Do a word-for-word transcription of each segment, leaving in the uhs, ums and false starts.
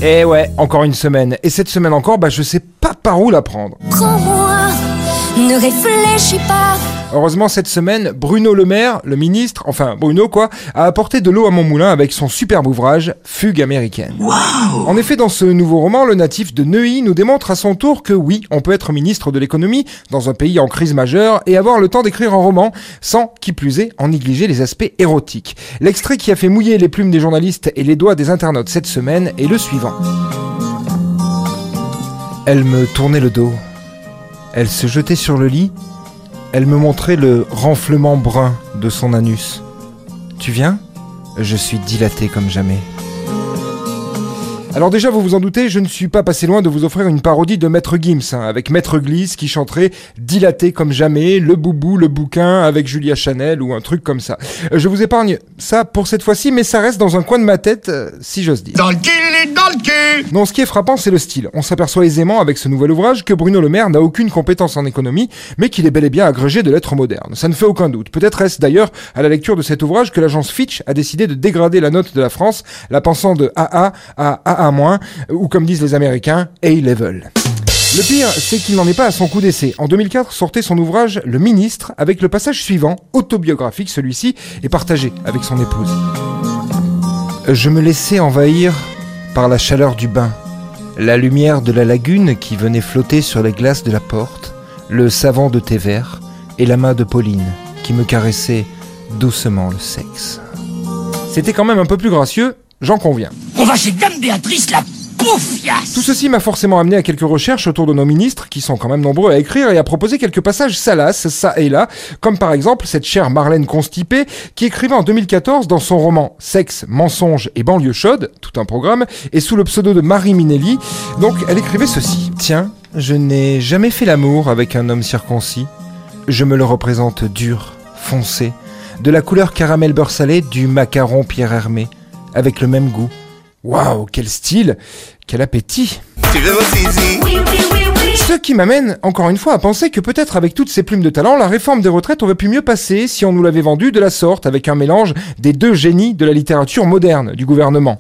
Eh ouais, encore une semaine. Et cette semaine encore, bah je sais pas par où la prendre. Prends-moi, ne réfléchis pas. Heureusement, cette semaine, Bruno Le Maire, le ministre, enfin Bruno quoi, a apporté de l'eau à mon moulin avec son superbe ouvrage Fugue américaine. Wow. En effet, dans ce nouveau roman, le natif de Neuilly nous démontre à son tour que oui, on peut être ministre de l'économie dans un pays en crise majeure et avoir le temps d'écrire un roman sans, qui plus est, en négliger les aspects érotiques. L'extrait qui a fait mouiller les plumes des journalistes et les doigts des internautes cette semaine est le suivant. Elle me tournait le dos. Elle se jetait sur le lit. Elle me montrait le renflement brun de son anus. Tu viens ? Je suis dilaté comme jamais. Alors déjà, vous vous en doutez, je ne suis pas passé loin de vous offrir une parodie de Maître Gims, hein, avec Maître Gliss qui chanterait « Dilaté comme jamais », le boubou, le bouquin, avec Julia Chanel ou un truc comme ça. Je vous épargne ça pour cette fois-ci, mais ça reste dans un coin de ma tête, euh, si j'ose dire. Dans le cul, il est dans le cul. Non, ce qui est frappant, c'est le style. On s'aperçoit aisément avec ce nouvel ouvrage que Bruno Le Maire n'a aucune compétence en économie, mais qu'il est bel et bien agrégé de lettres modernes. Ça ne fait aucun doute. Peut-être est-ce d'ailleurs à la lecture de cet ouvrage que l'agence Fitch a décidé de dégrader la note de la France, la passant de A A à A A-, ou comme disent les Américains, A-level. Le pire, c'est qu'il n'en est pas à son coup d'essai. En deux mille quatre sortait son ouvrage Le Ministre, avec le passage suivant, autobiographique celui-ci, et partagé avec son épouse. Je me laissais envahir par la chaleur du bain, la lumière de la lagune qui venait flotter sur les glaces de la porte, le savon de thé vert et la main de Pauline qui me caressait doucement le sexe. C'était quand même un peu plus gracieux, j'en conviens. On va chez Dame Béatrice, la bouffiasse. Tout ceci m'a forcément amené à quelques recherches autour de nos ministres, qui sont quand même nombreux à écrire, et à proposer quelques passages salaces, ça et là, comme par exemple cette chère Marlène Constipée, qui écrivait en deux mille quatorze dans son roman Sexe, mensonge et banlieue chaude, tout un programme, et sous le pseudo de Marie Minelli, donc elle écrivait ceci. Tiens, je n'ai jamais fait l'amour avec un homme circoncis. Je me le représente dur, foncé, de la couleur caramel beurre salé du macaron Pierre Hermé, avec le même goût. Waouh, quel style, quel appétit. Tu veux mon zizi? Oui, oui, oui, oui. Ce qui m'amène, encore une fois, à penser que peut-être avec toutes ces plumes de talent, la réforme des retraites aurait pu mieux passer si on nous l'avait vendue de la sorte, avec un mélange des deux génies de la littérature moderne du gouvernement.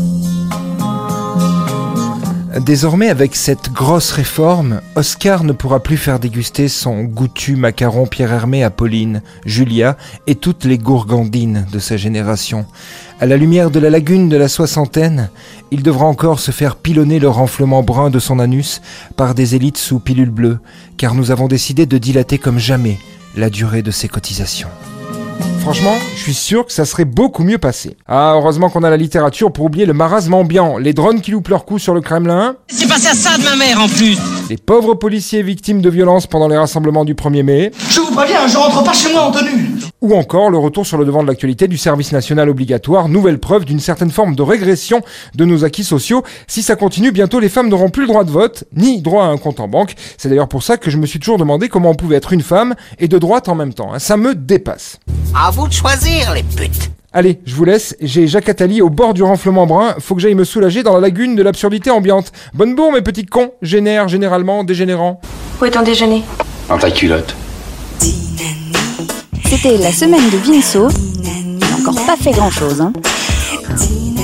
Désormais, avec cette grosse réforme, Oscar ne pourra plus faire déguster son goûtu macaron Pierre Hermé à Pauline, Julia et toutes les gourgandines de sa génération. À la lumière de la lagune de la soixantaine, il devra encore se faire pilonner le renflement brun de son anus par des élites sous pilule bleue, car nous avons décidé de dilater comme jamais la durée de ses cotisations. Franchement, je suis sûr que ça serait beaucoup mieux passé. Ah, heureusement qu'on a la littérature pour oublier le marasme ambiant, les drones qui loupent leur coup sur le Kremlin. C'est passé à ça de ma mère en plus. Les pauvres policiers victimes de violences pendant les rassemblements du premier mai. Je vous préviens, je rentre pas chez moi en tenue. Ou encore le retour sur le devant de l'actualité du service national obligatoire, nouvelle preuve d'une certaine forme de régression de nos acquis sociaux. Si ça continue, bientôt les femmes n'auront plus le droit de vote, ni droit à un compte en banque. C'est d'ailleurs pour ça que je me suis toujours demandé comment on pouvait être une femme et de droite en même temps. Ça me dépasse. À vous de choisir, les putes. Allez, je vous laisse, j'ai Jacques Attali au bord du renflement brun, faut que j'aille me soulager dans la lagune de l'absurdité ambiante. Bonne bourre mes petits cons, génère, généralement, dégénérant. Où est ton déjeuner? Dans ta culotte. C'était la semaine de Vinceau. Il n'a encore pas fait grand-chose, hein.